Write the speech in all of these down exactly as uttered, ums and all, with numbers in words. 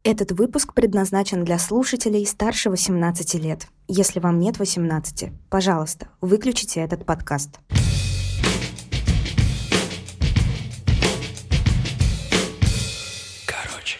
Этот выпуск предназначен для слушателей старше восемнадцати лет. Если вам нет восемнадцати, пожалуйста, выключите этот подкаст. Короче.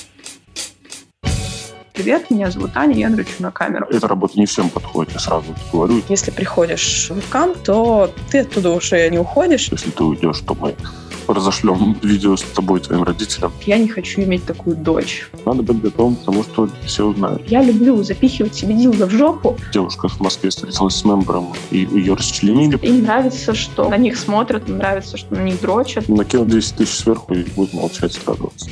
Привет, меня зовут Аня, я дрочу на камеру. Эта работа не всем подходит, я сразу говорю. Если приходишь в вебкам, то ты оттуда уже не уходишь. Если ты уйдешь, то мы разошлем видео с тобой и твоим родителям. Я не хочу иметь такую дочь. Надо быть готовым к тому, что все узнают. Я люблю запихивать себе дилдо в жопу. Девушка в Москве встретилась с мембером, и ее расчленили. Им нравится, что на них смотрят, им нравится, что на них дрочат. Накинут десять тысяч сверху и будет молчать и радоваться.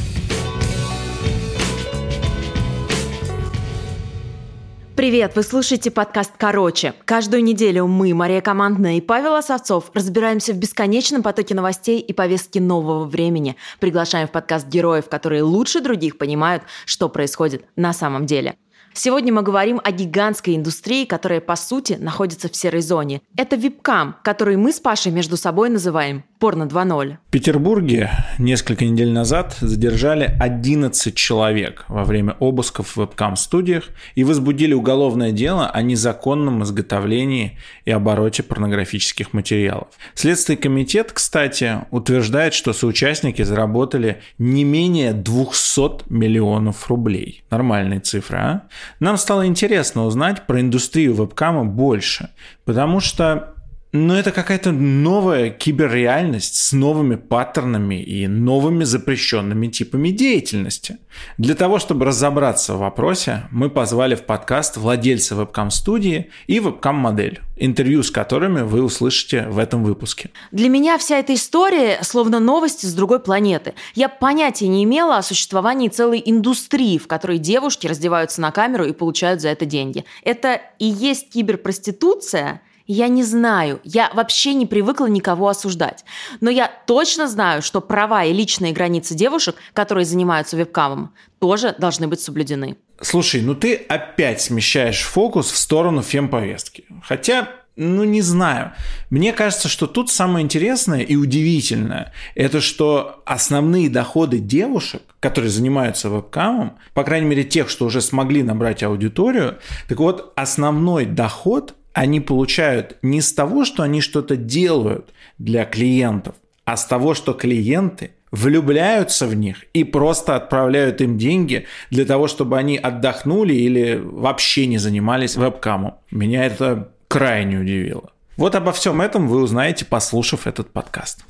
Привет! Вы слушаете подкаст «Короче». Каждую неделю мы, Мария Командная и Павел Осовцов, разбираемся в бесконечном потоке новостей и повестки нового времени. Приглашаем в подкаст героев, которые лучше других понимают, что происходит на самом деле. Сегодня мы говорим о гигантской индустрии, которая, по сути, находится в серой зоне. Это вебкам, который мы с Пашей между собой называем «Порно два ноль». В Петербурге несколько недель назад задержали одиннадцать человек во время обысков в вебкам-студиях и возбудили уголовное дело о незаконном изготовлении и обороте порнографических материалов. Следственный комитет, кстати, утверждает, что соучастники заработали не менее двести миллионов рублей. Нормальные цифры, а? Нам стало интересно узнать про индустрию вебкама больше, потому что ну, это какая-то новая киберреальность с новыми паттернами и новыми запрещенными типами деятельности. Для того, чтобы разобраться в вопросе, мы позвали в подкаст владельца вебкам-студии и вебкам-модель, интервью с которыми вы услышите в этом выпуске. Для меня вся эта история словно новости с другой планеты. Я понятия не имела о существовании целой индустрии, в которой девушки раздеваются на камеру и получают за это деньги. Это и есть киберпроституция? Я не знаю, я вообще не привыкла никого осуждать. Но я точно знаю, что права и личные границы девушек, которые занимаются вебкамом, тоже должны быть соблюдены. Слушай, ну ты опять смещаешь фокус в сторону фемповестки. Хотя, ну не знаю. Мне кажется, что тут самое интересное и удивительное, это что основные доходы девушек, которые занимаются вебкамом, по крайней мере тех, что уже смогли набрать аудиторию, так вот основной доход они получают не с того, что они что-то делают для клиентов, а с того, что клиенты влюбляются в них и просто отправляют им деньги для того, чтобы они отдохнули или вообще не занимались вебкамом. Меня это крайне удивило. Вот обо всем этом вы узнаете, послушав этот подкаст.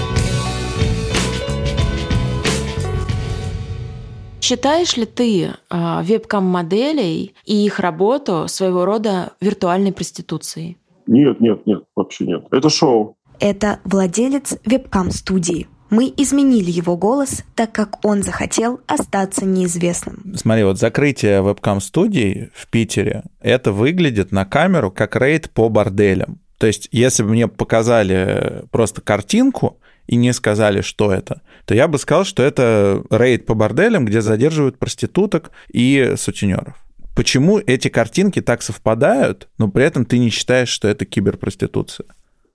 Считаешь ли ты э, вебкам-моделей и их работу своего рода виртуальной проституцией? Нет, нет, нет, вообще нет. Это шоу. Это владелец вебкам-студии. Мы изменили его голос, так как он захотел остаться неизвестным. Смотри, вот закрытие вебкам-студий в Питере, это выглядит на камеру как рейд по борделям. То есть, если бы мне показали просто картинку и не сказали, что это, то я бы сказал, что это рейд по борделям, где задерживают проституток и сутенеров. Почему эти картинки так совпадают, но при этом ты не считаешь, что это киберпроституция?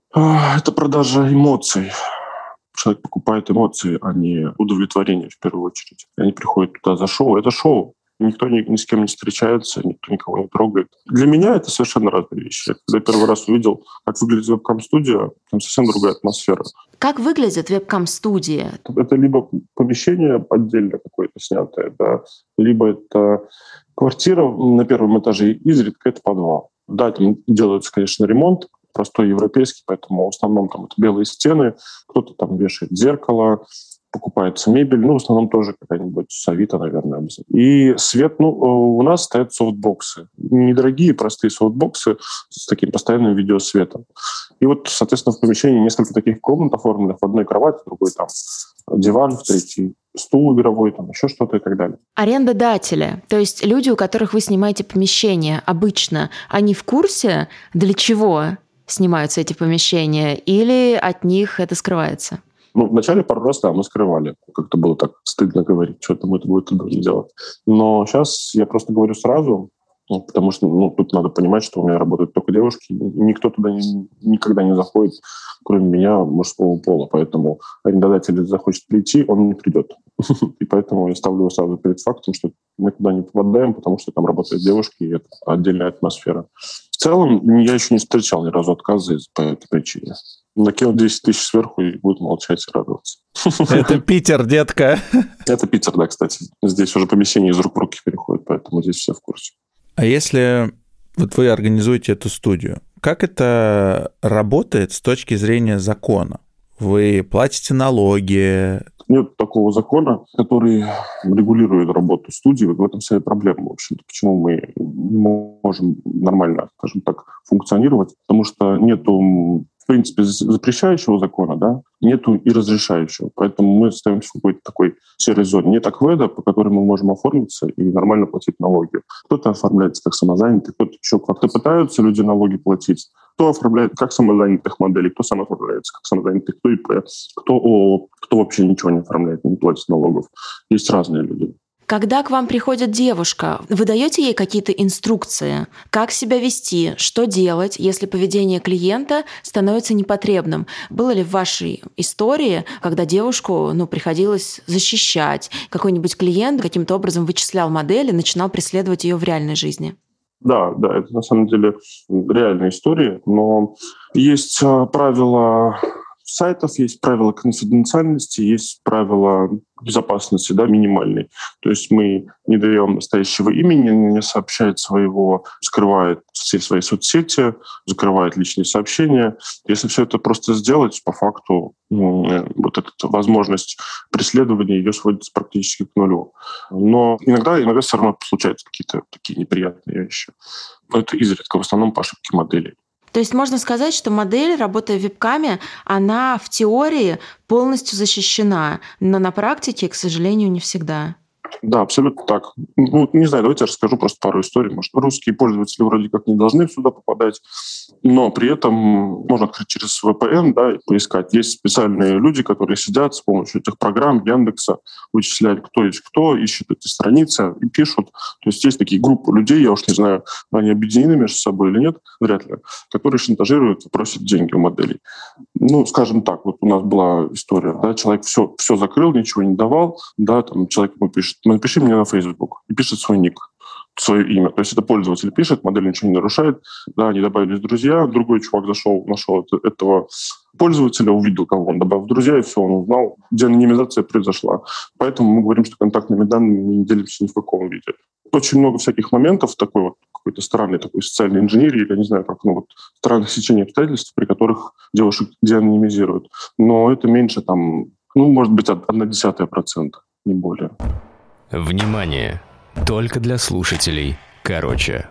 Это продажа эмоций. Человек покупает эмоции, а не удовлетворение в первую очередь. Они приходят туда за шоу. Это шоу. Никто ни, ни с кем не встречается, никто никого не трогает. Для меня это совершенно разные вещи. Я когда первый раз увидел, как выглядит вебкам-студия, там совсем другая атмосфера. Как выглядит вебкам-студия? Это либо помещение отдельно какое-то снятое, да, либо это квартира на первом этаже, изредка это подвал. Да, там делается, конечно, ремонт, простой европейский, поэтому в основном там это белые стены, кто-то там вешает зеркало, покупается мебель, ну, в основном тоже какая-нибудь с Авито, наверное. И свет, ну, у нас стоят софтбоксы. Недорогие, простые софтбоксы с таким постоянным видеосветом. И вот, соответственно, в помещении несколько таких комнат оформленных. В одной кровати, в другой там диван, в третьей стул игровой, там еще что-то и так далее. Арендодатели, то есть люди, у которых вы снимаете помещение, обычно, они в курсе, для чего снимаются эти помещения, или от них это скрывается? Ну, вначале пару раз, да, мы скрывали. Как-то было так стыдно говорить, что-то мы это будем делать. Но сейчас я просто говорю сразу, ну, потому что ну, тут надо понимать, что у меня работают только девушки. Никто туда не, никогда не заходит, кроме меня, мужского пола. Поэтому арендодатель захочет прийти, он не придет. И поэтому я ставлю сразу перед фактом, что мы туда не попадаем, потому что там работают девушки, и это отдельная атмосфера. В целом, я еще не встречал ни разу отказа по этой причине. Накинут десять тысяч сверху и будут молчать и радоваться. Это Питер, детка. Это Питер, да, кстати. Здесь уже помещение из рук в руки переходит, поэтому здесь все в курсе. А если вот вы организуете эту студию, как это работает с точки зрения закона? Вы платите налоги? Нет такого закона, который регулирует работу студии. Вот в этом вся и проблема, в общем-то. Почему мы не можем нормально, скажем так, функционировать? Потому что нету, в принципе, запрещающего закона, да, нету и разрешающего. Поэтому мы остаемся в какой-то такой серой зоне. Нет АКВЭДа, по которой мы можем оформиться и нормально платить налоги. Кто-то оформляется как самозанятый, кто-то еще как-то пытаются люди налоги платить. Кто оформляет как самозанятых моделей, кто сам оформляется как самозанятый, кто ИП, кто ООО, кто вообще ничего не оформляет, не платит налогов. Есть разные люди. Когда к вам приходит девушка, вы даете ей какие-то инструкции, как себя вести, что делать, если поведение клиента становится непотребным? Было ли в вашей истории, когда девушку ну, приходилось защищать, какой-нибудь клиент каким-то образом вычислял модель и начинал преследовать ее в реальной жизни? Да, да, это на самом деле реальная история, но есть правила сайтов, есть правила конфиденциальности, есть правила безопасности, да, минимальной. То есть мы не даем настоящего имени, не сообщает своего, скрывает все свои соцсети, закрывает личные сообщения. Если все это просто сделать, по факту ну, вот эта возможность преследования ее сводится практически к нулю. Но иногда, иногда все равно случаются какие-то такие неприятные вещи. Но это изредка, в основном по ошибке моделей. То есть можно сказать, что модель, работая в вебкаме, она в теории полностью защищена, но на практике, к сожалению, не всегда. Да, абсолютно так. Ну, не знаю, давайте я расскажу просто пару историй. Может, русские пользователи вроде как не должны сюда попадать, но при этом можно открыть через ви пи эн, да, и поискать. Есть специальные люди, которые сидят с помощью этих программ Яндекса, вычисляют, кто есть кто, ищут эти страницы и пишут. То есть есть такие группы людей, я уж не знаю, они объединены между собой или нет, вряд ли, которые шантажируют и просят деньги у моделей. Ну, скажем так, вот у нас была история, да, человек все, все закрыл, ничего не давал, да, там человек ему пишет, напиши мне на Facebook, и пишет свой ник, свое имя. То есть это пользователь пишет, модель ничего не нарушает. Да, они добавились в друзья, другой чувак зашел, нашел этого пользователя, увидел, кого он добавил в друзья, и все, он узнал, где анонимизация произошла. Поэтому мы говорим, что контактными данными мы не делимся ни в каком виде. Очень много всяких моментов такой вот какой-то странной такой социальной инженерии, или, я не знаю, как, ну, вот, странных сечений обстоятельств, при которых девушек деанонимизируют. Но это меньше, там, ну, может быть, одна десятая процента, не более. Внимание! Только для слушателей. Короче.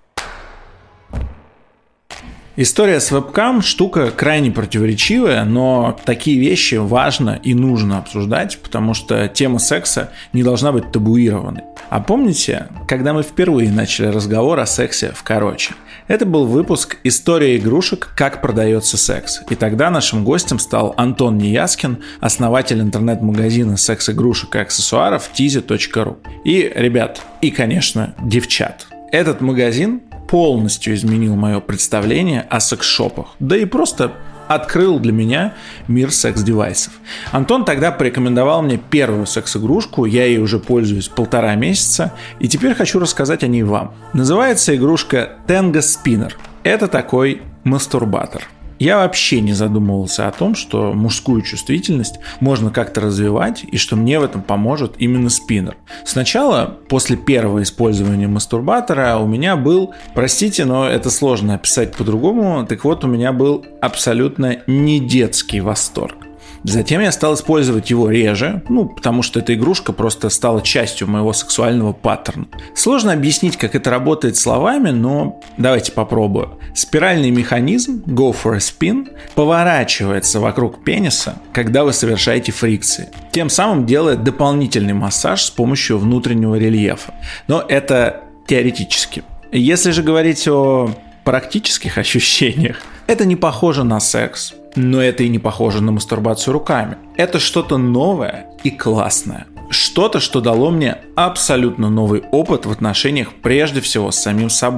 История с вебкам – штука крайне противоречивая, но такие вещи важно и нужно обсуждать, потому что тема секса не должна быть табуированной. А помните, когда мы впервые начали разговор о сексе в «Короче»? Это был выпуск «История игрушек. Как продается секс». И тогда нашим гостем стал Антон Неяскин, основатель интернет-магазина секс-игрушек и аксессуаров тизи точка ру. И, ребят, и, конечно, девчат. Этот магазин полностью изменил мое представление о секс-шопах, да и просто открыл для меня мир секс-девайсов. Антон тогда порекомендовал мне первую секс-игрушку, я ей уже пользуюсь полтора месяца, и теперь хочу рассказать о ней вам. Называется игрушка Tango Spinner. Это такой мастурбатор. Я вообще не задумывался о том, что мужскую чувствительность можно как-то развивать и что мне в этом поможет именно спиннер. Сначала, после первого использования мастурбатора, у меня был, простите, но это сложно описать по-другому, так вот у меня был абсолютно не детский восторг. Затем я стал использовать его реже, ну, потому что эта игрушка просто стала частью моего сексуального паттерна. Сложно объяснить, как это работает словами, но давайте попробую. Спиральный механизм Go for a Spin поворачивается вокруг пениса, когда вы совершаете фрикции, тем самым делая дополнительный массаж с помощью внутреннего рельефа. Но это теоретически. Если же говорить о практических ощущениях, это не похоже на секс. Но это и не похоже на мастурбацию руками. Это что-то новое и классное. Что-то, что дало мне абсолютно новый опыт в отношениях прежде всего с самим собой.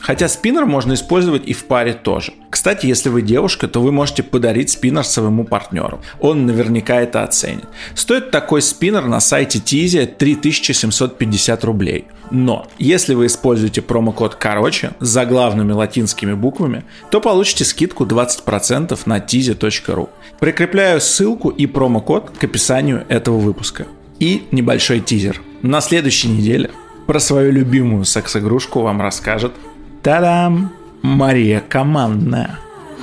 Хотя спиннер можно использовать и в паре тоже. Кстати, если вы девушка, то вы можете подарить спиннер своему партнеру. Он наверняка это оценит. Стоит такой спиннер на сайте Тизи три тысячи семьсот пятьдесят рублей. Но если вы используете промокод «Короче» с заглавными латинскими буквами, то получите скидку двадцать процентов на tizi точка ru. Прикрепляю ссылку и промокод к описанию этого выпуска. И небольшой тизер. На следующей неделе про свою любимую секс-игрушку вам расскажет та-дам! Мария Командная.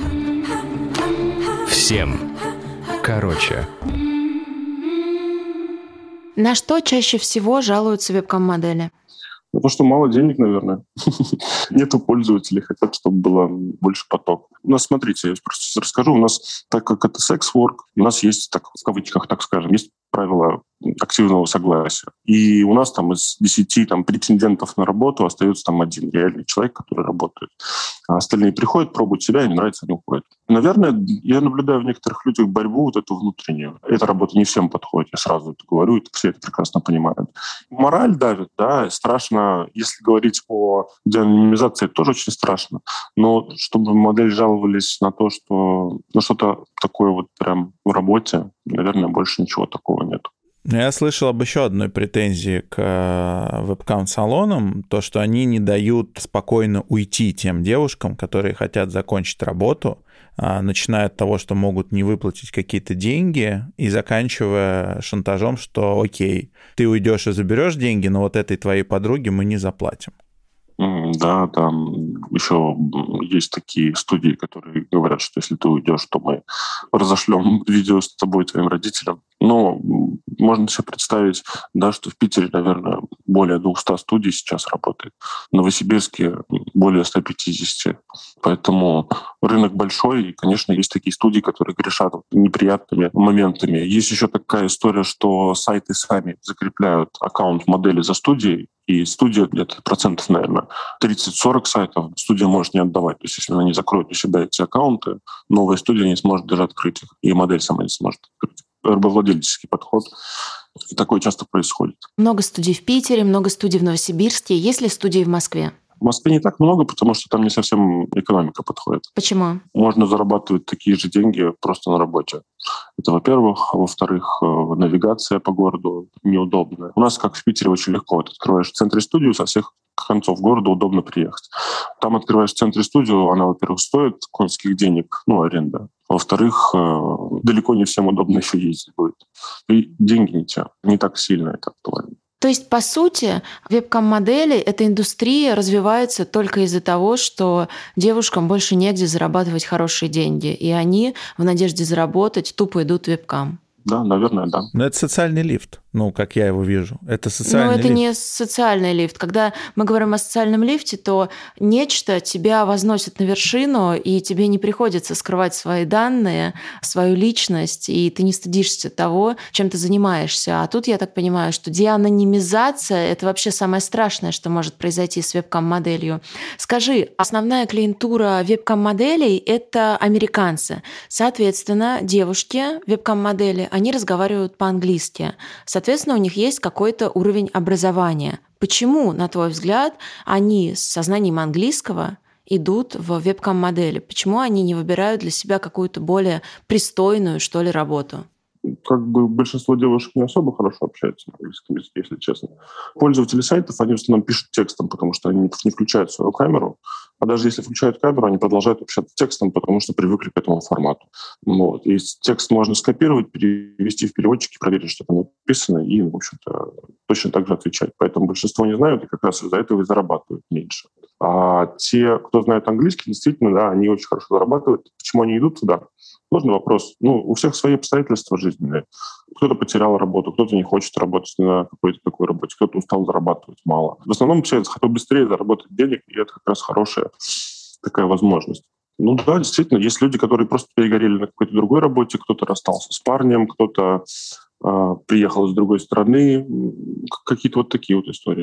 Всем короче. На что чаще всего жалуются вебкам-модели? Ну, потому что мало денег, наверное. Нету пользователей, хотят, чтобы было больше поток. У нас, смотрите, я просто расскажу. У нас, так как это секс-ворк, у нас есть, так, в кавычках, так скажем, есть правила активного согласия. И у нас там из десяти там, претендентов на работу остается там один реальный человек, который работает. А остальные приходят, пробуют себя, им нравится, они уходят. Наверное, я наблюдаю в некоторых людях борьбу вот эту внутреннюю. Эта работа не всем подходит, я сразу это говорю, и все это прекрасно понимают. Мораль давит, да, страшно. Если говорить о деанонимизации, это тоже очень страшно. Но чтобы модели жаловались на то, что ну, что-то такое вот прям в работе, наверное, больше ничего такого нет. Я слышал об еще одной претензии к вебкам-салонам, то, что они не дают спокойно уйти тем девушкам, которые хотят закончить работу, начиная от того, что могут не выплатить какие-то деньги, и заканчивая шантажом, что окей, ты уйдешь и заберешь деньги, но вот этой твоей подруге мы не заплатим. Да, там еще есть такие студии, которые говорят, что если ты уйдешь, то мы разошлем видео с тобой, твоим родителям. Но можно себе представить, да, что в Питере, наверное, более двухсот студий сейчас работает. В Новосибирске более ста пятидесяти. Поэтому рынок большой, и, конечно, есть такие студии, которые грешат неприятными моментами. Есть еще такая история, что сайты сами закрепляют аккаунт модели за студией, и студия где-то процентов, наверное, тридцать-сорок сайтов студия может не отдавать. То есть если она не закроет у себя эти аккаунты, новая студия не сможет даже открыть их, и модель сама не сможет открыть. Рабовладельческий подход. И такое часто происходит. Много студий в Питере, много студий в Новосибирске. Есть ли студии в Москве? В Москве не так много, потому что там не совсем экономика подходит. Почему? Можно зарабатывать такие же деньги просто на работе. Это, во-первых. Во-вторых, навигация по городу неудобная. У нас, как в Питере, очень легко. Вот открываешь в центре студию, со всех концов города удобно приехать. Там открываешь в центре студию, она, во-первых, стоит конских денег, ну, аренда. Во-вторых, далеко не всем удобно еще ездить будет. И деньги не те. Не так сильно это актуально. То есть, по сути, вебкам-модели, эта индустрия развивается только из-за того, что девушкам больше негде зарабатывать хорошие деньги, и они в надежде заработать тупо идут в вебкам. Да, наверное, да. Но это социальный лифт, ну, как я его вижу. Это социальный лифт. Но это не социальный лифт. Когда мы говорим о социальном лифте, то нечто тебя возносит на вершину, и тебе не приходится скрывать свои данные, свою личность, и ты не стыдишься того, чем ты занимаешься. А тут я так понимаю, что деанонимизация – это вообще самое страшное, что может произойти с вебкам-моделью. Скажи, основная клиентура вебкам-моделей – это американцы. Соответственно, девушки, вебкам-модели, они разговаривают по-английски. Соответственно, у них есть какой-то уровень образования. Почему, на твой взгляд, они с сознанием английского идут в вебкам-модели? Почему они не выбирают для себя какую-то более пристойную, что ли, работу? Как бы большинство девушек не особо хорошо общаются на английском языке, если честно. Пользователи сайтов, они в основном пишут текстом, потому что они не включают свою камеру. А даже если включают камеру, они продолжают общаться текстом, потому что привыкли к этому формату. Вот. И текст можно скопировать, перевести в переводчики, проверить, что там написано, и, в общем-то, точно так же отвечать. Поэтому большинство не знают, и как раз из-за этого и зарабатывают меньше. А те, кто знает английский, действительно, да, они очень хорошо зарабатывают. Почему они идут туда? Сложный вопрос. Ну, у всех свои обстоятельства жизненные. Кто-то потерял работу, кто-то не хочет работать на какой-то такой работе, кто-то устал зарабатывать мало. В основном все хотят быстрее заработать денег, и это как раз хорошая такая возможность. Ну да, действительно, есть люди, которые просто перегорели на какой-то другой работе, кто-то расстался с парнем, кто-то э, приехал из другой страны, какие-то вот такие вот истории.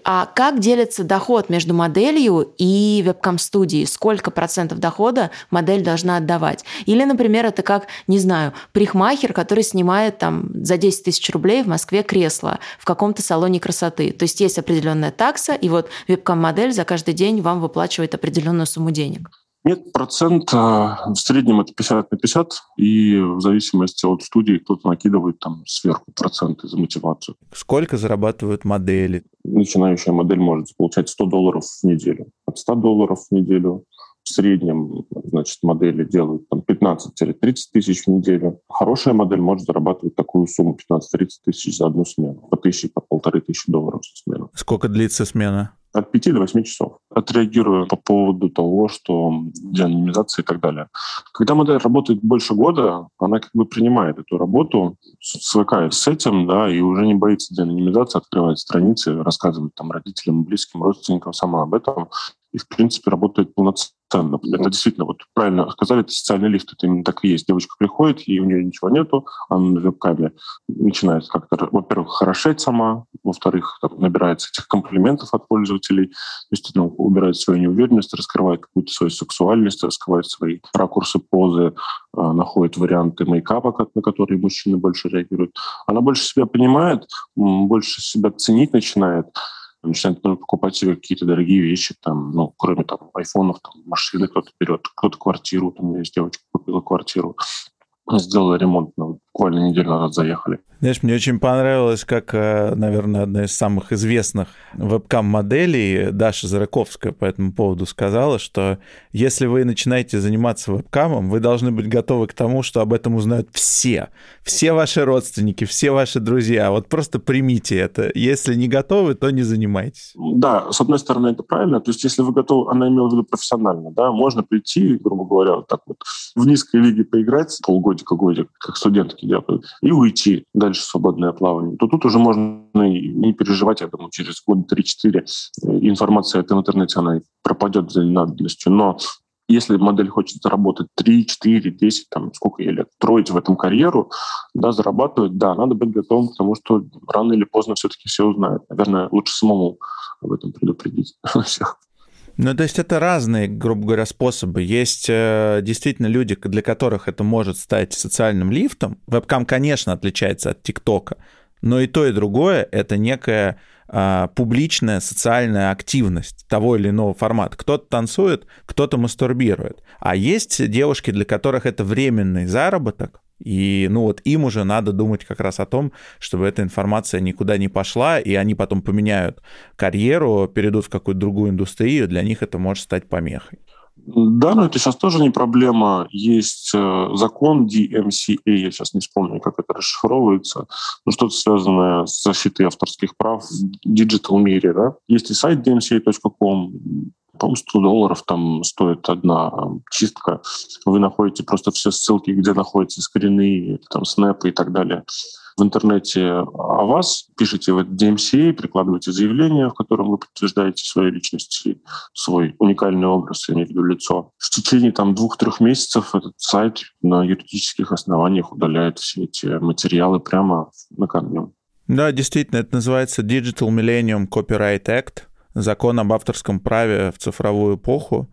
а как делится доход между моделью и вебкам-студией? Сколько процентов дохода модель должна отдавать? Или, например, это как, не знаю, парикмахер, который снимает там за десять тысяч рублей в Москве кресло в каком-то салоне красоты. То есть есть определенная такса, и вот вебкам-модель за каждый день вам выплачивает определенную сумму денег. Нет, процент в среднем это пятьдесят на пятьдесят, и в зависимости от студии кто-то накидывает там сверху проценты за мотивацию. Сколько зарабатывают модели? Начинающая модель может получать сто долларов в неделю. От ста долларов в неделю. В среднем, значит, модели делают там пятнадцать-тридцать тысяч в неделю. Хорошая модель может зарабатывать такую сумму пятнадцать-тридцать тысяч за одну смену. По тысяче, по полторы тысячи долларов за смену. Сколько длится смена? От пяти до восьми часов. Отреагирую по поводу того, что деанонимизация и так далее. Когда модель работает больше года, она как бы принимает эту работу, свыкается с этим, да, и уже не боится деанонимизации, открывает страницы, рассказывает там родителям, близким, родственникам сама об этом. И, в принципе, работает полноценно. Это действительно, вот правильно сказали, это социальный лифт. Это именно так и есть. Девочка приходит, и у нее ничего нету, она на веб-каме начинает как-то, во-первых, хорошеть сама, во-вторых, там, набирается этих комплиментов от пользователей, то есть ну, убирает свою неуверенность, раскрывает какую-то свою сексуальность, раскрывает свои ракурсы, позы, э, находит варианты мейкапа, на которые мужчины больше реагируют. Она больше себя понимает, больше себя ценить начинает, начинает покупать себе какие-то дорогие вещи, там, ну, кроме там айфонов, там, машины кто-то берет, кто-то квартиру, там, у меня есть девочка, купила квартиру, сделала ремонт, ну, буквально неделю назад заехали. Знаешь, мне очень понравилось, как, наверное, одна из самых известных вебкам-моделей, Даша Зараковская, по этому поводу сказала, что если вы начинаете заниматься вебкамом, вы должны быть готовы к тому, что об этом узнают все. Все ваши родственники, все ваши друзья. Вот просто примите это. Если не готовы, то не занимайтесь. Да, с одной стороны, это правильно. То есть если вы готовы, она имела в виду профессионально, да, можно прийти, грубо говоря, вот так вот в низкой лиге поиграть полгодика-годик, как студентки делают, и уйти дальше в свободное плавание, то тут уже можно и не переживать, я думаю, через год три-четыре информация в интернете, она пропадет за ненадобностью. Но если модель хочет заработать три, четыре, десять, там, сколько ей лет, строить в этом карьеру, да, зарабатывать, да, надо быть готовым к тому, что рано или поздно все-таки все узнают. Наверное, лучше самому об этом предупредить всех. Ну, то есть это разные, грубо говоря, способы. Есть э, действительно люди, для которых это может стать социальным лифтом. Вебкам, конечно, отличается от ТикТока, но и то, и другое — это некая э, публичная социальная активность того или иного формата. Кто-то танцует, кто-то мастурбирует. А есть девушки, для которых это временный заработок, и ну вот им уже надо думать как раз о том, чтобы эта информация никуда не пошла, и они потом поменяют карьеру, перейдут в какую-то другую индустрию, для них это может стать помехой. Да, но это сейчас тоже не проблема. Есть э, закон ди эм си эй, я сейчас не вспомню, как это расшифровывается, но что-то связанное с защитой авторских прав в диджитал-мире. Да? Есть и сайт ди эм си эй точка ком, по-моему, сто долларов там стоит одна чистка. Вы находите просто все ссылки, где находятся скрины, там, снэпы и так далее в интернете о вас, пишите в ди эм си эй, прикладываете заявление, в котором вы подтверждаете свою личность и свой уникальный образ, я имею в виду лицо. В течение там двух-трех месяцев этот сайт на юридических основаниях удаляет все эти материалы прямо на корню. Да, действительно, это называется Digital Millennium Copyright Act, закон об авторском праве в цифровую эпоху,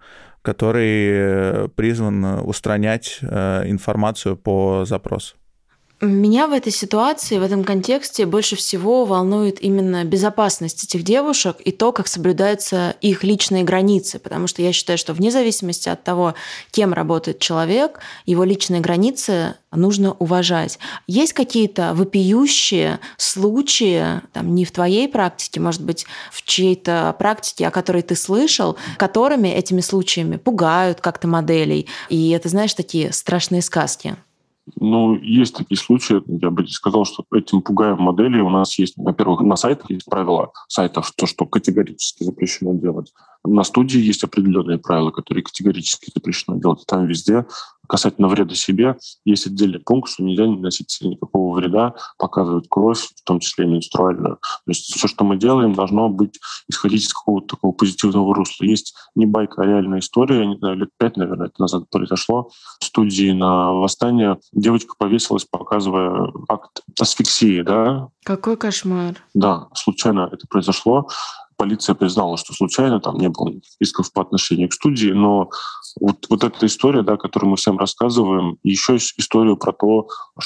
который призван устранять информацию по запросу. Меня в этой ситуации, в этом контексте больше всего волнует именно безопасность этих девушек и то, как соблюдаются их личные границы, потому что я считаю, что вне зависимости от того, кем работает человек, его личные границы нужно уважать. Есть какие-то вопиющие случаи, там, не в твоей практике, может быть, в чьей-то практике, о которой ты слышал, которыми этими случаями пугают как-то моделей, и это, знаешь, такие страшные сказки? Ну, есть такие случаи. Я бы сказал, что этим пугаем модели. У нас есть, во-первых, на сайтах есть правила сайтов, то, что категорически запрещено делать. На студии есть определенные правила, которые категорически запрещено делать. Там везде касательно вреда себе есть отдельный пункт, что нельзя наносить себе никакого вреда, показывать кровь, в том числе менструальную. То есть все, что мы делаем, должно быть исходить из какого-то такого позитивного русла. Есть не байка, а реальная история. Я не знаю, лет пять, наверное, это назад произошло. В студии на Восстание девочка повесилась, показывая акт асфиксии, да. Какой кошмар. Да, случайно это произошло. полиция признала, что случайно, там не было исков по отношению к студии, но вот, вот эта история, да, которую мы всем рассказываем, и еще есть историю про то,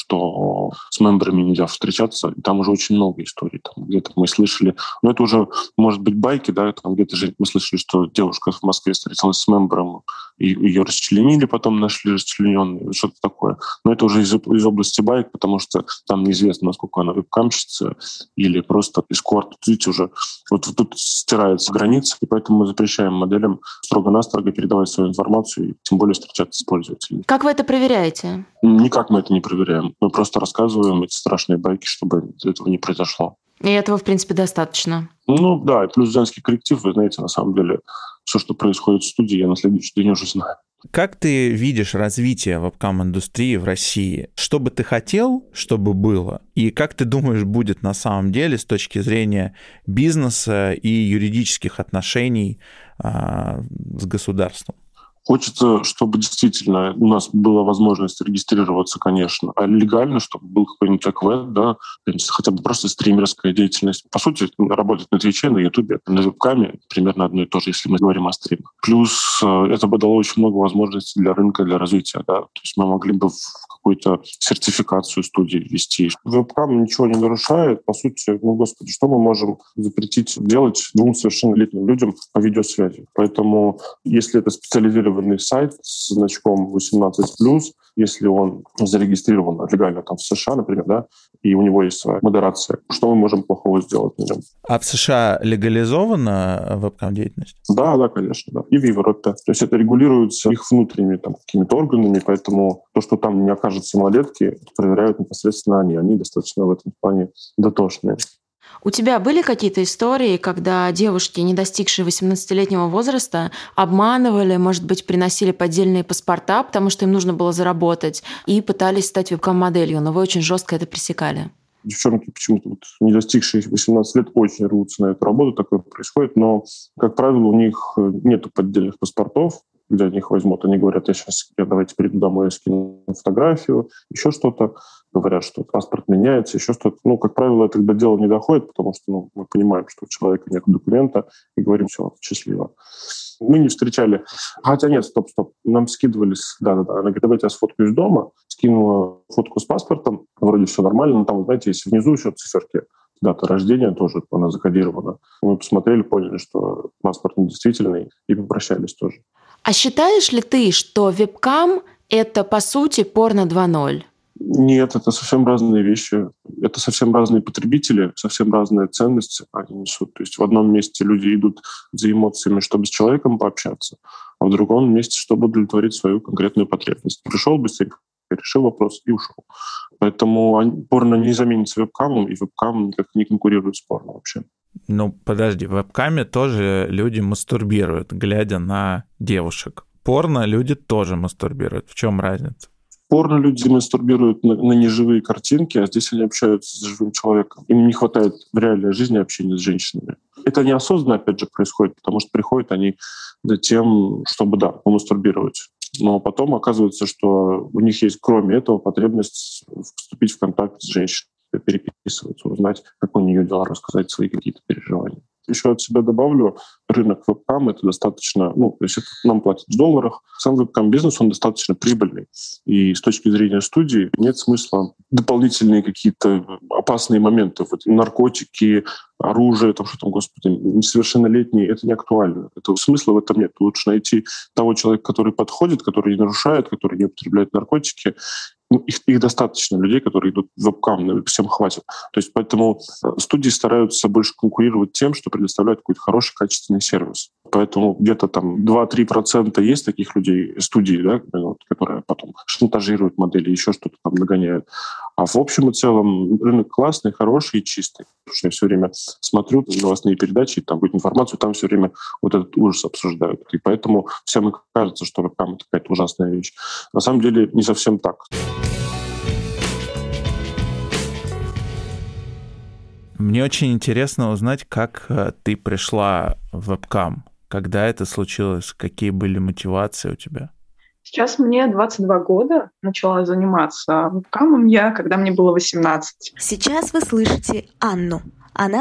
что с мемберами нельзя встречаться, и там уже очень много историй, там где-то мы слышали, но это уже, может быть, байки, да, там где-то же мы слышали, что девушка в Москве встретилась с мембером, и ее расчленили, потом нашли расчлененную, что-то такое. Но это уже из, из области байк, потому что там неизвестно, насколько она вебкамщица или просто эскорт. Видите, уже вот, вот тут стирается граница, и поэтому мы запрещаем моделям строго-настрого передавать свою информацию и тем более встречаться с пользователями. Как вы это проверяете? Никак мы это не проверяем. Мы просто рассказываем эти страшные байки, чтобы этого не произошло. И этого, в принципе, достаточно. Ну да, и плюс женский коллектив, вы знаете, на самом деле, все, что происходит в студии, я на следующий день уже знаю. Как ты видишь развитие вебкам-индустрии в России? Что бы ты хотел, чтобы было? И как ты думаешь, будет на самом деле с точки зрения бизнеса и юридических отношений а, с государством? Хочется, чтобы действительно у нас была возможность регистрироваться, конечно, а легально, чтобы был какой-нибудь АКВЭД, да, хотя бы просто стримерская деятельность. По сути, работать на Твиче, на Ютубе, на вебкаме примерно одно и то же, если мы говорим о стримах. Плюс это бы дало очень много возможностей для рынка, для развития. Да. То есть мы могли бы в какую-то сертификацию студии ввести. Вебкам ничего не нарушает. По сути, ну, господи, что мы можем запретить делать двум совершеннолетним людям по видеосвязи? Поэтому, если это специализированный сайт с значком восемнадцать плюс, если он зарегистрирован легально там в США, например, да, и у него есть своя модерация, что мы можем плохого сделать на нем? А в США легализована вебкам-деятельность? Да, да, конечно, да. И в Европе. То есть это регулируется их внутренними там, какими-то органами, поэтому то, что там не окажутся малолетки, проверяют непосредственно они. Они достаточно в этом плане дотошные. У тебя были какие-то истории, когда девушки, не достигшие восемнадцатилетнего возраста, обманывали, может быть, приносили поддельные паспорта, потому что им нужно было заработать, и пытались стать вебкам-моделью, но вы очень жестко это пресекали? Девчонки почему-то, вот, не достигшие восемнадцати лет, очень рвутся на эту работу, такое происходит, но, как правило, у них нет поддельных паспортов, где них возьмут. Они говорят, я сейчас, я давайте приду домой, скину фотографию, еще что-то. Говорят, что паспорт меняется, еще что-то. Ну, как правило, это до дела не доходит, потому что ну, мы понимаем, что у человека нет документа, и говорим, все, счастливо. Мы не встречали... Хотя нет, стоп, стоп. Нам скидывались... Да-да-да. Она говорит, давайте я сфоткаю из дома. Скинула фотку с паспортом. Вроде все нормально, но там, знаете, есть внизу еще циферки. Дата рождения тоже, она закодирована. Мы посмотрели, поняли, что паспорт недействительный, и попрощались тоже. А считаешь ли ты, что вебкам — это, по сути, порно два ноль? Нет, это совсем разные вещи. Это совсем разные потребители, совсем разные ценности они несут. То есть в одном месте люди идут за эмоциями, чтобы с человеком пообщаться, а в другом месте, чтобы удовлетворить свою конкретную потребность. Пришел быстренько, решил вопрос и ушел. Поэтому порно не заменится вебкамом, и вебкам никак не конкурирует с порно вообще. Ну, подожди, в вебкаме тоже люди мастурбируют, глядя на девушек. Порно люди тоже мастурбируют. В чем разница? Порно люди мастурбируют на, на неживые картинки, а здесь они общаются с живым человеком. Им не хватает в реальной жизни общения с женщинами. Это неосознанно, опять же, происходит, потому что приходят они за тем, чтобы, да, помастурбировать. Но потом оказывается, что у них есть, кроме этого, потребность вступить в контакт с женщиной, переписываться, узнать, как у нее дела, рассказать свои какие-то переживания. Еще от себя добавлю, рынок вебкам — это достаточно, ну, то есть это нам платят в долларах. Сам вебкам-бизнес, он достаточно прибыльный. И с точки зрения студии нет смысла дополнительные какие-то опасные моменты, вот, наркотики, оружие, там что там, господи, несовершеннолетние, это не актуально. Это, смысла в этом нет. Лучше найти того человека, который подходит, который не нарушает, который не употребляет наркотики. Ну, их, их достаточно, людей, которые идут в вебкам, всем хватит. То есть поэтому студии стараются больше конкурировать тем, что предоставляют какой-то хороший, качественный сервис. Поэтому где-то там два-три процента есть таких людей, студий, да, которые потом шантажируют модели, еще что-то там нагоняют. А в общем и целом рынок классный, хороший и чистый. Потому что я все время смотрю новостные передачи, там будет информацию, там все время вот этот ужас обсуждают. И поэтому всем кажется, что вебкам — это какая-то ужасная вещь. На самом деле не совсем так. Мне очень интересно узнать, как ты пришла в вебкам, когда это случилось, какие были мотивации у тебя? Сейчас мне двадцать два года, начала заниматься вебкамом я, когда мне было восемнадцать. Сейчас вы слышите Анну. Она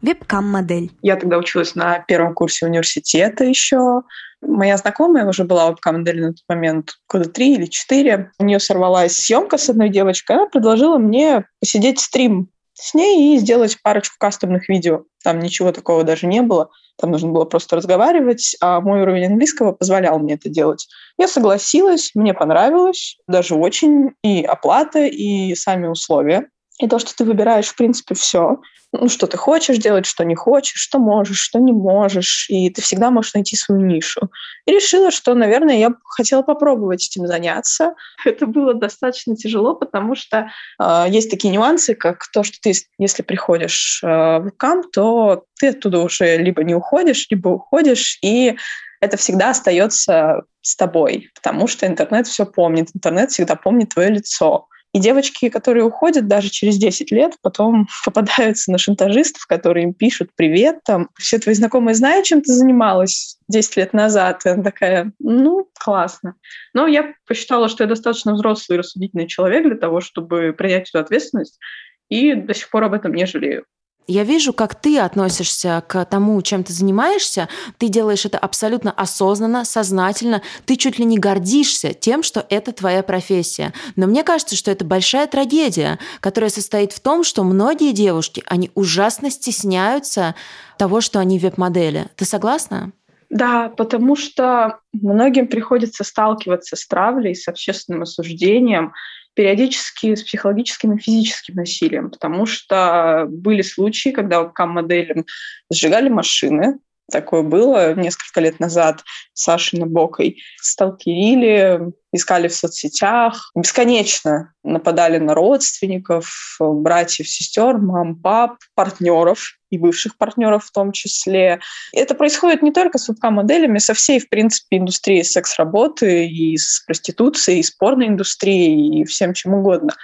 Вебкам-модель. Я тогда училась на первом курсе университета еще. Моя знакомая уже была вебкам-моделью на тот момент, года три или четыре. У нее сорвалась съемка с одной девочкой. Она предложила мне посидеть стрим с ней и сделать парочку кастомных видео. Там ничего такого даже не было. Там нужно было просто разговаривать, а мой уровень английского позволял мне это делать. Я согласилась, мне понравилось, даже очень. И оплата, и сами условия. И то, что ты выбираешь, в принципе, все. Ну, что ты хочешь делать, что не хочешь, что можешь, что не можешь. И ты всегда можешь найти свою нишу. И решила, что, наверное, я хотела попробовать этим заняться. Это было достаточно тяжело, потому что э, есть такие нюансы, как то, что ты, если приходишь э, в вебкам, то ты оттуда уже либо не уходишь, либо уходишь, и это всегда остается с тобой, потому что интернет все помнит. Интернет всегда помнит твое лицо. И девочки, которые уходят даже через десять лет, потом попадаются на шантажистов, которые им пишут: «Привет, там, все твои знакомые знают, чем ты занималась десять лет назад». И она такая: ну, классно. Но я посчитала, что я достаточно взрослый и рассудительный человек для того, чтобы принять эту ответственность, и до сих пор об этом не жалею. Я вижу, как ты относишься к тому, чем ты занимаешься. Ты делаешь это абсолютно осознанно, сознательно. Ты чуть ли не гордишься тем, что это твоя профессия. Но мне кажется, что это большая трагедия, которая состоит в том, что многие девушки, они ужасно стесняются того, что они веб-модели. Ты согласна? Да, потому что многим приходится сталкиваться с травлей, с общественным осуждением, периодически с психологическим и физическим насилием, потому что были случаи, когда вебкам-моделям сжигали машины. Такое было несколько лет назад с Сашей Набокой. Сталкерили, искали в соцсетях, бесконечно нападали на родственников, братьев, сестер, мам, пап, партнеров и бывших партнеров в том числе. Это происходит не только с вебкам-моделями, со всей, в принципе, индустрией секс-работы, и с проституцией, и с порноиндустрией, и всем чем угодно.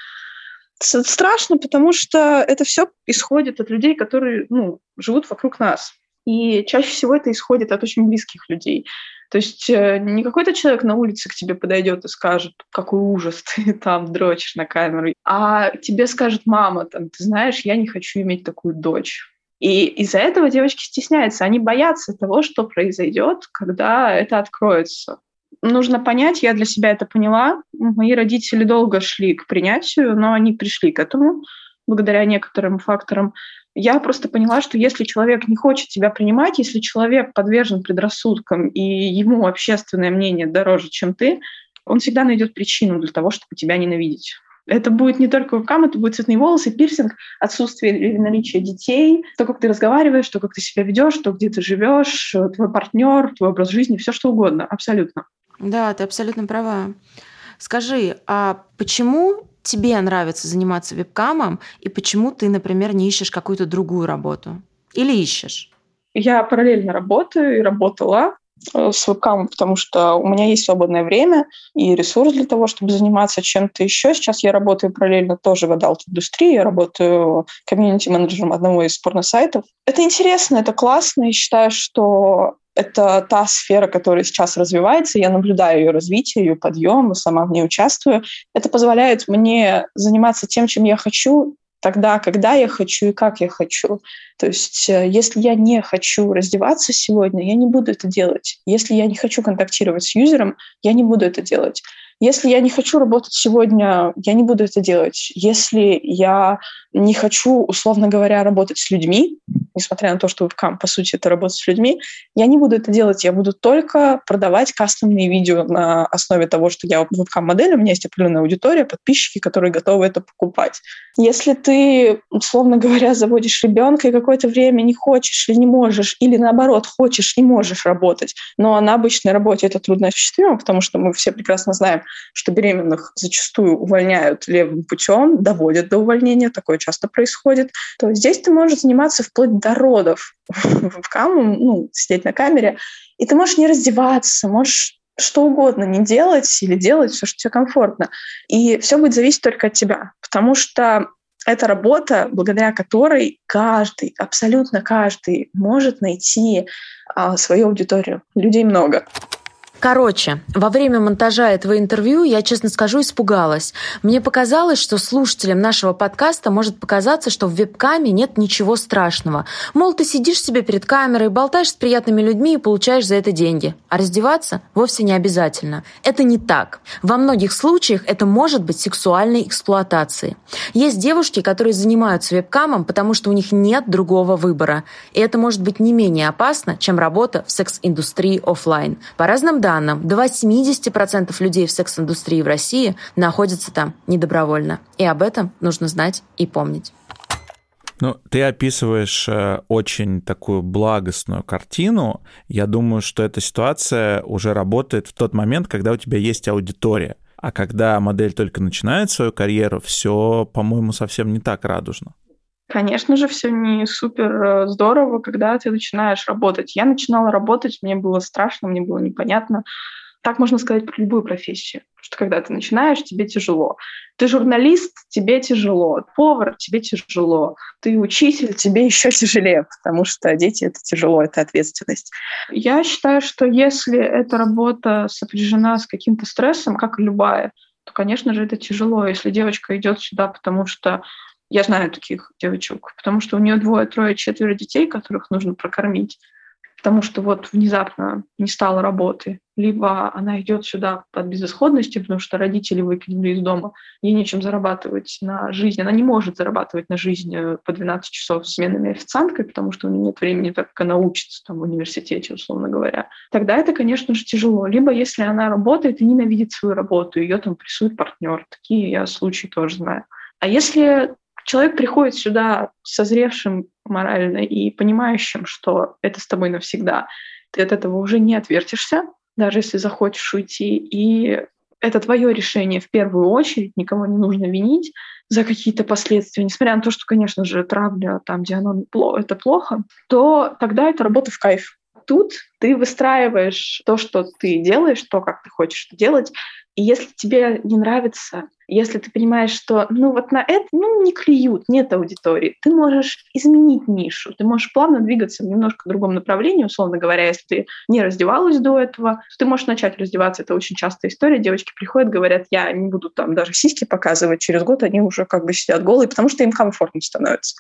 Это страшно, потому что это все исходит от людей, которые ну, живут вокруг нас. И чаще всего это исходит от очень близких людей. То есть не какой-то человек на улице к тебе подойдет и скажет: какой ужас, ты там дрочишь на камеру. А тебе скажет мама: там, ты знаешь, я не хочу иметь такую дочь. И из-за этого девочки стесняются. Они боятся того, что произойдет, когда это откроется. Нужно понять, я для себя это поняла. Мои родители долго шли к принятию, но они пришли к этому благодаря некоторым факторам. Я просто поняла, что если человек не хочет тебя принимать, если человек подвержен предрассудкам, и ему общественное мнение дороже, чем ты, он всегда найдет причину для того, чтобы тебя ненавидеть. Это будет не только вебкам, это будет цветные волосы, пирсинг, отсутствие или наличие детей, то, как ты разговариваешь, то, как ты себя ведешь, то, где ты живешь, твой партнер, твой образ жизни, все что угодно, абсолютно. Да, ты абсолютно права. Скажи, а почему тебе нравится заниматься вебкамом, и почему ты, например, не ищешь какую-то другую работу? Или ищешь? Я параллельно работаю и работала с вебкамом, потому что у меня есть свободное время и ресурс для того, чтобы заниматься чем-то еще. Сейчас я работаю параллельно тоже в адалт-индустрии, я работаю комьюнити-менеджером одного из порносайтов. Это интересно, это классно, и считаю, что это та сфера, которая сейчас развивается, я наблюдаю ее развитие, ее подъем, сама в ней участвую. Это позволяет мне заниматься тем, чем я хочу, тогда, когда я хочу и как я хочу. То есть если я не хочу раздеваться сегодня, я не буду это делать. Если я не хочу контактировать с юзером, я не буду это делать. Если я не хочу работать сегодня, я не буду это делать. Если я не хочу, условно говоря, работать с людьми, несмотря на то, что вебкам, по сути, это работа с людьми, я не буду это делать. Я буду только продавать кастомные видео на основе того, что я вебкам-модель, у меня есть определенная аудитория, подписчики, которые готовы это покупать. Если ты, условно говоря, заводишь ребенка и какое-то время не хочешь или не можешь, или наоборот, хочешь и можешь работать, но на обычной работе это трудно осуществимо, потому что мы все прекрасно знаем, что беременных зачастую увольняют левым путем, доводят до увольнения, такое часто происходит, то здесь ты можешь заниматься вплоть до родов вебкамом, ну, сидеть на камере, и ты можешь не раздеваться, можешь что угодно не делать или делать все, что тебе комфортно. И все будет зависеть только от тебя, потому что это работа, благодаря которой каждый, абсолютно каждый может найти а, свою аудиторию. Людей много. Короче, во время монтажа этого интервью я, честно скажу, испугалась. Мне показалось, что слушателям нашего подкаста может показаться, что в вебкаме нет ничего страшного. Мол, ты сидишь себе перед камерой, болтаешь с приятными людьми и получаешь за это деньги. А раздеваться вовсе не обязательно. Это не так. Во многих случаях это может быть сексуальной эксплуатацией. Есть девушки, которые занимаются вебкамом, потому что у них нет другого выбора. И это может быть не менее опасно, чем работа в секс-индустрии офлайн. По разным данным, до восемьдесят процентов людей в секс-индустрии в России находятся там недобровольно. И об этом нужно знать и помнить. Ну, ты описываешь э, очень такую благостную картину. Я думаю, что эта ситуация уже работает в тот момент, когда у тебя есть аудитория. А когда модель только начинает свою карьеру, все, по-моему, совсем не так радужно. Конечно же, все не супер здорово, когда ты начинаешь работать. Я начинала работать, мне было страшно, мне было непонятно. Так можно сказать про любую профессию, что когда ты начинаешь, тебе тяжело. Ты журналист, тебе тяжело. Повар, тебе тяжело. Ты учитель, тебе еще тяжелее, потому что дети — это тяжело, это ответственность. Я считаю, что если эта работа сопряжена с каким-то стрессом, как и любая, то, конечно же, это тяжело. Если девочка идет сюда, потому что я знаю таких девочек, потому что у нее двое, трое, четверо детей, которых нужно прокормить, потому что вот внезапно не стало работы, либо она идет сюда от безысходности, потому что родители выкинули из дома, ей нечем зарабатывать на жизнь, она не может зарабатывать на жизнь по двенадцать часов сменами официанткой, потому что у нее нет времени, так как она учится там в университете, условно говоря. Тогда это, конечно же, тяжело. Либо если она работает и ненавидит свою работу, ее там прессует партнер. Такие я случаи тоже знаю. А если человек приходит сюда созревшим морально и понимающим, что это с тобой навсегда, ты от этого уже не отвертишься, даже если захочешь уйти, и это твое решение в первую очередь, никого не нужно винить за какие-то последствия, несмотря на то, что, конечно же, травля там, где оно это плохо, то тогда это работа в кайф. Тут ты выстраиваешь то, что ты делаешь, то, как ты хочешь делать, и если тебе не нравится, если ты понимаешь, что ну вот на это ну, не клюют, нет аудитории, ты можешь изменить нишу, ты можешь плавно двигаться в немножко другом направлении, условно говоря, если ты не раздевалась до этого, ты можешь начать раздеваться. Это очень частая история. Девочки приходят, говорят, я не буду там даже сиськи показывать, через год они уже как бы сидят голые, потому что им комфортно становится.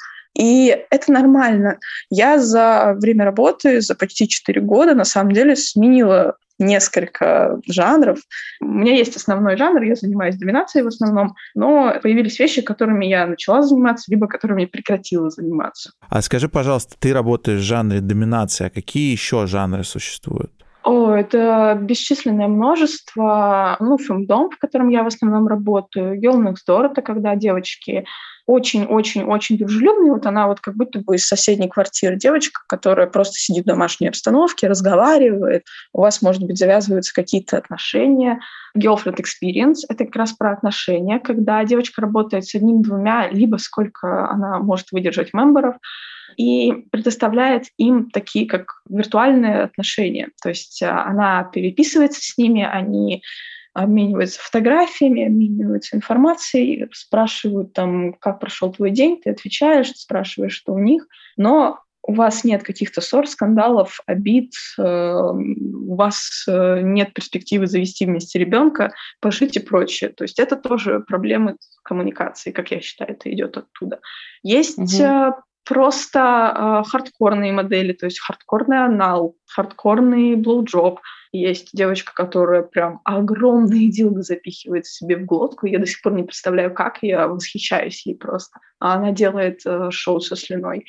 И это нормально. Я за время работы, за почти четыре года, на самом деле, сменила несколько жанров. У меня есть основной жанр, я занимаюсь доминацией в основном, но появились вещи, которыми я начала заниматься, либо которыми я прекратила заниматься. А скажи, пожалуйста, ты работаешь в жанре доминации, а какие еще жанры существуют? О, это бесчисленное множество. Ну, фемдом, в котором я в основном работаю. Girl Next Door — это когда девочки очень-очень-очень дружелюбные. Вот она вот как будто бы из соседней квартиры девочка, которая просто сидит в домашней обстановке, разговаривает. У вас, может быть, завязываются какие-то отношения. Girlfriend Experience — это как раз про отношения, когда девочка работает с одним-двумя, либо сколько она может выдержать мемберов, и предоставляет им такие, как виртуальные отношения. То есть она переписывается с ними, они обмениваются фотографиями, обмениваются информацией, спрашивают там, как прошел твой день, ты отвечаешь, спрашиваешь, что у них, но у вас нет каких-то ссор, скандалов, обид, э, у вас э, нет перспективы завести вместе ребенка, пожить и прочее. То есть это тоже проблемы коммуникации, как я считаю, это идет оттуда. Есть угу. э, просто э, хардкорные модели, то есть хардкорный анал, хардкорный блоуджоп. Есть девочка, которая прям огромные дилды запихивает себе в глотку. Я до сих пор не представляю, как, я восхищаюсь ей просто. А она делает э, шоу со слюной.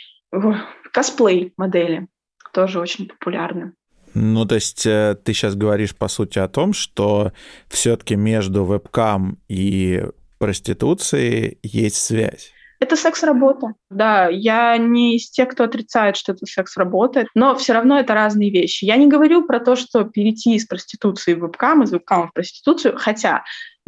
Косплей модели тоже очень популярны. Ну, то есть ты сейчас говоришь, по сути, о том, что все-таки между вебкам и проституцией есть связь. Это секс-работа. Да, я не из тех, кто отрицает, что это секс-работа, но все равно это разные вещи. Я не говорю про то, что перейти из проституции в вебкам, из вебкама в проституцию, хотя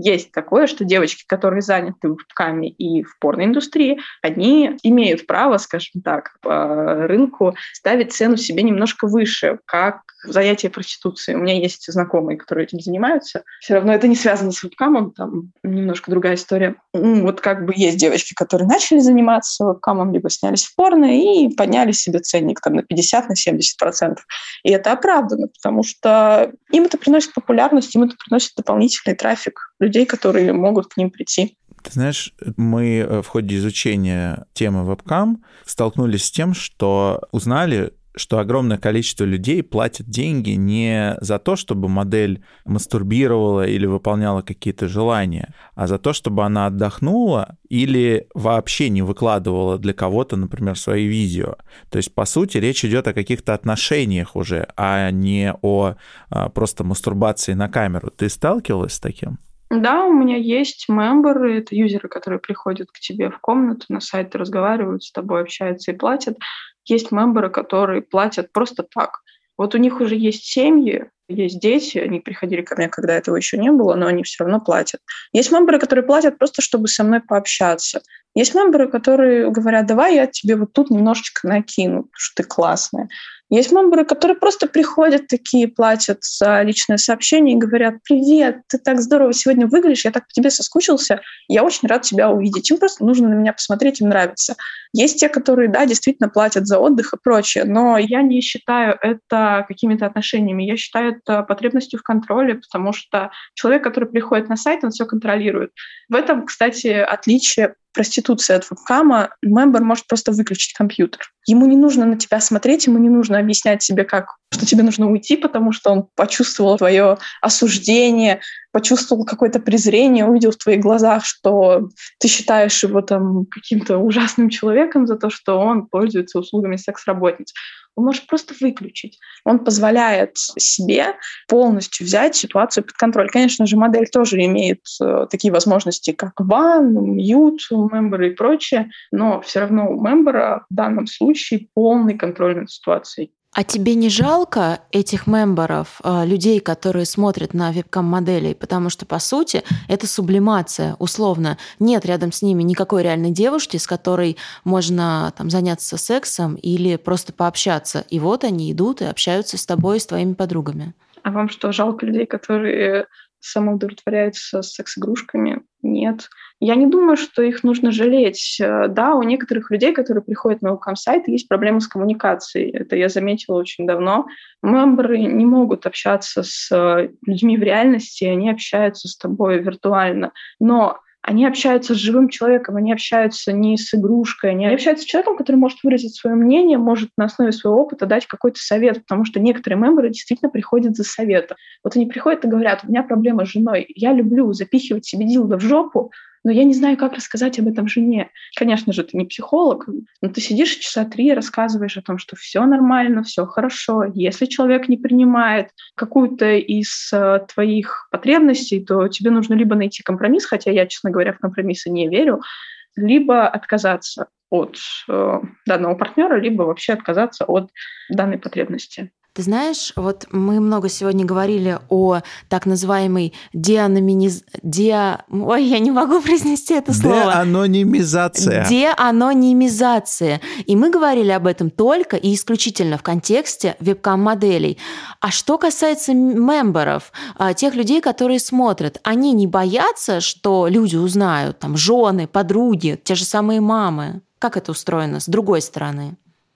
есть такое, что девочки, которые заняты в вебкаме и в порноиндустрии, они имеют право, скажем так, по рынку ставить цену себе немножко выше, как занятие проституцией. У меня есть знакомые, которые этим занимаются. Все равно это не связано с вебкамом, там немножко другая история. Вот как бы есть девочки, которые начали заниматься вебкамом, либо снялись в порно и подняли себе ценник там, на пятьдесят, на семьдесят процентов. И это оправдано, потому что им это приносит популярность, им это приносит дополнительный трафик людей, которые могут к ним прийти. Ты знаешь, мы в ходе изучения темы вебкам столкнулись с тем, что узнали, что огромное количество людей платят деньги не за то, чтобы модель мастурбировала или выполняла какие-то желания, а за то, чтобы она отдохнула или вообще не выкладывала для кого-то, например, свои видео. То есть, по сути, речь идет о каких-то отношениях уже, а не о а, просто мастурбации на камеру. Ты сталкивалась с таким? Да, у меня есть мемберы, это юзеры, которые приходят к тебе в комнату, на сайт разговаривают с тобой, общаются и платят. Есть мемберы, которые платят просто так. Вот у них уже есть семьи, есть дети, они приходили ко мне, когда этого еще не было, но они все равно платят. Есть мемберы, которые платят просто, чтобы со мной пообщаться. Есть мемберы, которые говорят, давай я тебе вот тут немножечко накину, потому что ты классная. Есть мемберы, которые просто приходят такие, платят за личное сообщение и говорят, привет, ты так здорово сегодня выглядишь, я так по тебе соскучился, я очень рад тебя увидеть. Им просто нужно на меня посмотреть, им нравится. Есть те, которые, да, действительно платят за отдых и прочее, но я не считаю это какими-то отношениями, я считаю это потребностью в контроле, потому что человек, который приходит на сайт, он все контролирует. В этом, кстати, отличие проституции от вебкама. Мембер может просто выключить компьютер. Ему не нужно на тебя смотреть, ему не нужно объяснять себе, как, что тебе нужно уйти, потому что он почувствовал твое осуждение, почувствовал какое-то презрение, увидел в твоих глазах, что ты считаешь его там каким-то ужасным человеком за то, что он пользуется услугами секс-работниц. Он может просто выключить. Он позволяет себе полностью взять ситуацию под контроль. Конечно же, модель тоже имеет э, такие возможности, как бан, мьют, мемберы и прочее, но все равно у мембера в данном случае полный контроль над ситуацией. А тебе не жалко этих мемберов, людей, которые смотрят на вебкам-моделей? Потому что, по сути, это сублимация, условно. Нет рядом с ними никакой реальной девушки, с которой можно там, заняться сексом или просто пообщаться. И вот они идут и общаются с тобой и с твоими подругами. А вам что, жалко людей, которые самоудовлетворяются секс-игрушками? Нет. Я не думаю, что их нужно жалеть. Да, у некоторых людей, которые приходят на вебкам-сайт, есть проблемы с коммуникацией. Это я заметила очень давно. Мемберы не могут общаться с людьми в реальности, они общаются с тобой виртуально. Но они общаются с живым человеком, они общаются не с игрушкой, они общаются с человеком, который может выразить свое мнение, может на основе своего опыта дать какой-то совет, потому что некоторые мемберы действительно приходят за советом. Вот они приходят и говорят, у меня проблема с женой, я люблю запихивать себе дилдо в жопу, но я не знаю, как рассказать об этом жене. Конечно же, ты не психолог, но ты сидишь часа три и рассказываешь о том, что все нормально, все хорошо. Если человек не принимает какую-то из э, твоих потребностей, то тебе нужно либо найти компромисс, хотя я, честно говоря, в компромиссы не верю, либо отказаться от э, данного партнера, либо вообще отказаться от данной потребности. Ты знаешь, вот мы много сегодня говорили о так называемой деанонимиз... Де... Ой, я не могу произнести это слово. Деанонимизация. Деанонимизация. И мы говорили об этом только и исключительно в контексте вебкам-моделей. А что касается мемберов, тех людей, которые смотрят, они не боятся, что люди узнают, там, жены, подруги, те же самые мамы? Как это устроено с другой стороны?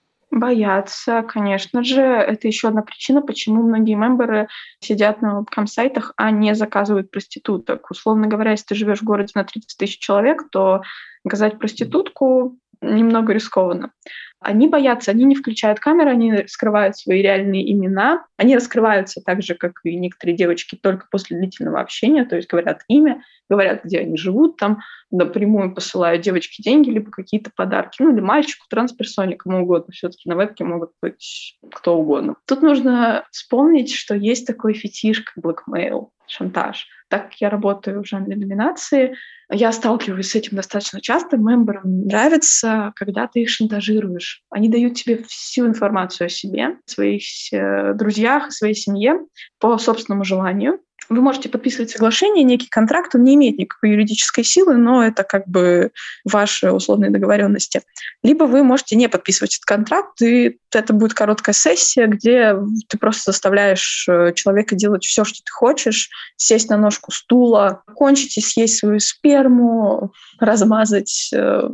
Боятся, конечно же. Это еще одна причина, почему многие мемберы сидят на вебкам-сайтах, а не заказывают проституток. Условно говоря, если ты живешь в городе на тридцать тысяч человек, то заказать проститутку немного рискованно. Они боятся, они не включают камеры, они скрывают свои реальные имена. Они раскрываются так же, как и некоторые девочки, только после длительного общения, то есть говорят имя, говорят, где они живут, там напрямую посылают девочке деньги, либо какие-то подарки. Ну, или мальчику, трансперсоне, кому угодно. Все-таки на вебке могут быть кто угодно. Тут нужно вспомнить, что есть такой фетиш, как blackmail, шантаж. Так как я работаю в жанре доминации, я сталкиваюсь с этим достаточно часто. Мемберам нравится, когда ты их шантажируешь. Они дают тебе всю информацию о себе, о своих друзьях, о своей семье по собственному желанию. Вы можете подписывать соглашение, некий контракт, он не имеет никакой юридической силы, но это как бы ваши условные договоренности. Либо вы можете не подписывать этот контракт, и это будет короткая сессия, где ты просто заставляешь человека делать все, что ты хочешь, сесть на ножку стула, кончить и съесть свою сперму, размазать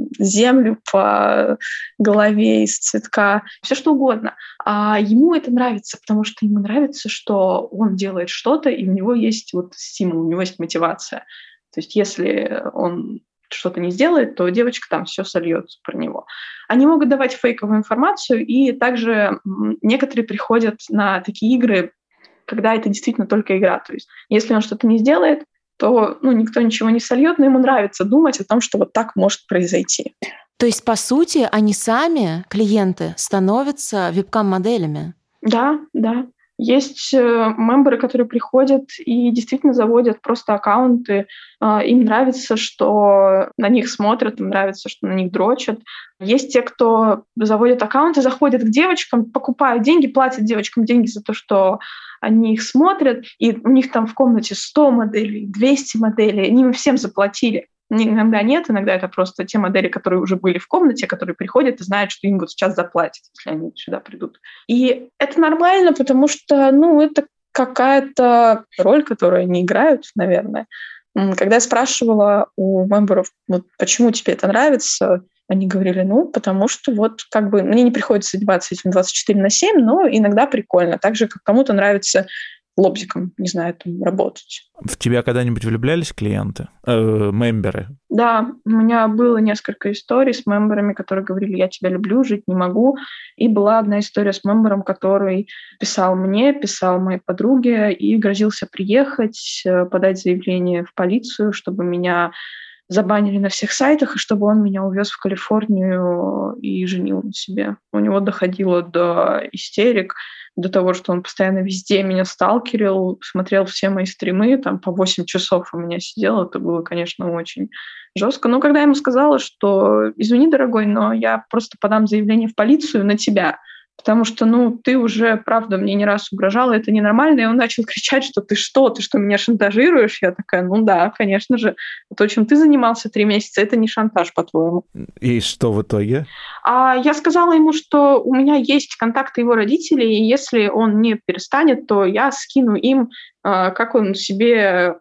землю по голове из цветка, все что угодно. А ему это нравится, потому что ему нравится, что он делает что-то, и у него есть вот стимул, у него есть мотивация. То есть если он что-то не сделает, то девочка там все сольет про него. Они могут давать фейковую информацию, и также некоторые приходят на такие игры, когда это действительно только игра. То есть если он что-то не сделает, то ну, никто ничего не сольет, но ему нравится думать о том, что вот так может произойти. То есть, по сути, они сами, клиенты, становятся вебкам-моделями? Да, да. Есть мемберы, которые приходят и действительно заводят просто аккаунты. Им нравится, что на них смотрят, им нравится, что на них дрочат. Есть те, кто заводят аккаунты, заходят к девочкам, покупают деньги, платят девочкам деньги за то, что они их смотрят, и у них там в комнате сто моделей, двести моделей, они им всем заплатили. Иногда нет, иногда это просто те модели, которые уже были в комнате, которые приходят и знают, что им вот сейчас заплатят, если они сюда придут. И это нормально, потому что, ну, это какая-то роль, которую они играют, наверное. Когда я спрашивала у мемберов, вот, почему тебе это нравится, они говорили, ну, потому что вот как бы мне не приходится заниматься этим двадцать четыре на семь, но иногда прикольно. Так же, как кому-то нравится лобзиком, не знаю, там, работать. В тебя когда-нибудь влюблялись клиенты, э, мемберы? Да, у меня было несколько историй с мемберами, которые говорили, я тебя люблю, жить не могу. И была одна история с мембером, который писал мне, писал моей подруге и грозился приехать, подать заявление в полицию, чтобы меня забанили на всех сайтах, и чтобы он меня увез в Калифорнию и женил на себе. У него доходило до истерик, до того, что он постоянно везде меня сталкерил, смотрел все мои стримы, там по восемь часов у меня сидел, это было, конечно, очень жестко. Но когда я ему сказала, что извини, дорогой, но я просто подам заявление в полицию на тебя, потому что, ну, ты уже, правда, мне не раз угрожала, это ненормально, и он начал кричать, что ты что, ты что, меня шантажируешь? Я такая, ну да, конечно же, то, чем ты занимался три месяца, это не шантаж, по-твоему. И что в итоге? А я сказала ему, что у меня есть контакты его родителей, и если он не перестанет, то я скину им, как он себе...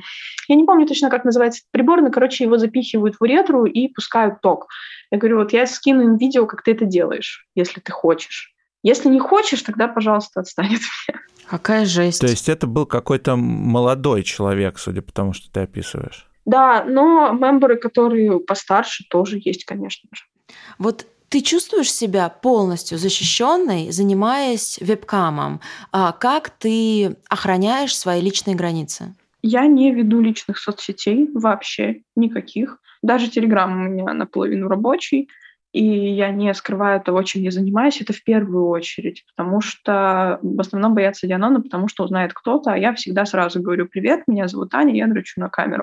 Я не помню точно, как называется этот прибор, но, короче, его запихивают в уретру и пускают ток. Я говорю, вот я скину им видео, как ты это делаешь, если ты хочешь. Если не хочешь, тогда, пожалуйста, отстань от меня. Какая жесть. То есть это был какой-то молодой человек, судя по тому, что ты описываешь? Да, но мемберы, которые постарше, тоже есть, конечно же. Вот ты чувствуешь себя полностью защищенной, занимаясь вебкамом? А как ты охраняешь свои личные границы? Я не веду личных соцсетей вообще, никаких. Даже Телеграм у меня наполовину рабочий, и я не скрываю того, чем я занимаюсь. Это в первую очередь, потому что в основном боятся Дианона, потому что узнает кто-то, а я всегда сразу говорю «Привет, меня зовут Аня, я дрочу на камеру».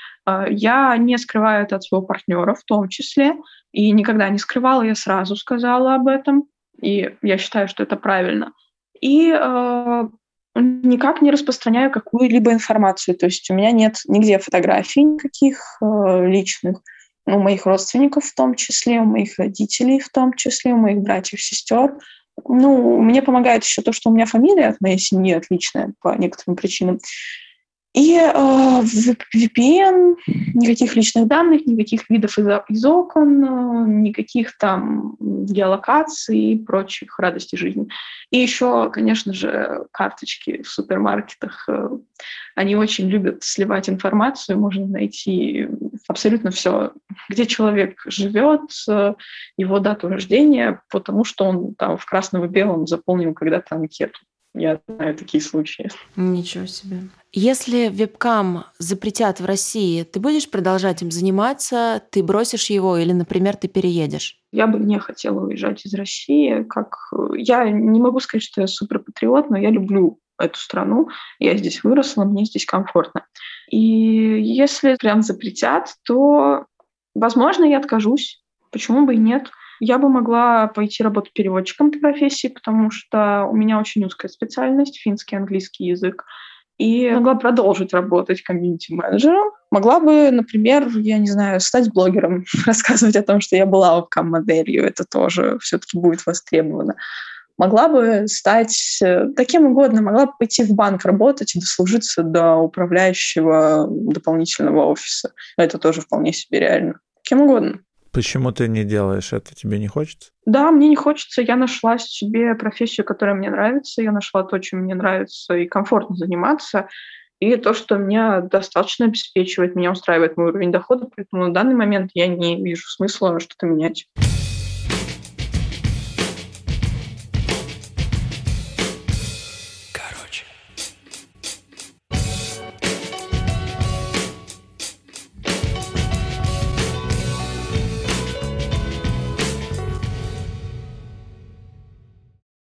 Я не скрываю это от своего партнера в том числе, и никогда не скрывала, я сразу сказала об этом, и я считаю, что это правильно. И э, никак не распространяю какую-либо информацию, то есть у меня нет нигде фотографий никаких э, личных, у моих родственников в том числе, у моих родителей в том числе, у моих братьев, сестер. Ну, мне помогает еще то, что у меня фамилия от моей семьи отличная по некоторым причинам. И э, ви пи эн, никаких личных данных, никаких видов из, из окон, э, никаких там геолокаций и прочих радостей жизни. И еще, конечно же, карточки в супермаркетах. Э, они очень любят сливать информацию, можно найти абсолютно все, где человек живет, э, его дату рождения, потому что он там в красном и белом заполнил когда-то анкету. Я знаю такие случаи. Ничего себе. Если вебкам запретят в России, ты будешь продолжать им заниматься, ты бросишь его или, например, ты переедешь? Я бы не хотела уезжать из России. Как... Я не могу сказать, что я суперпатриот, но я люблю эту страну. Я здесь выросла, мне здесь комфортно. И если прям запретят, то, возможно, я откажусь. Почему бы и нет? Я бы могла пойти работать переводчиком по профессии, потому что у меня очень узкая специальность, финский, английский язык. и могла продолжить работать комьюнити-менеджером. Могла бы, например, я не знаю, стать блогером, рассказывать о том, что я была вебкам-моделью. Это тоже все-таки будет востребовано. Могла бы стать таким угодно, могла бы пойти в банк работать и дослужиться до управляющего дополнительного офиса. Это тоже вполне себе реально. Кем угодно. Почему ты не делаешь это? Тебе не хочется? Да, мне не хочется. Я нашла себе профессию, которая мне нравится. Я нашла то, чем мне нравится и комфортно заниматься. И то, что меня достаточно обеспечивает, меня устраивает мой уровень дохода. Поэтому на данный момент я не вижу смысла что-то менять.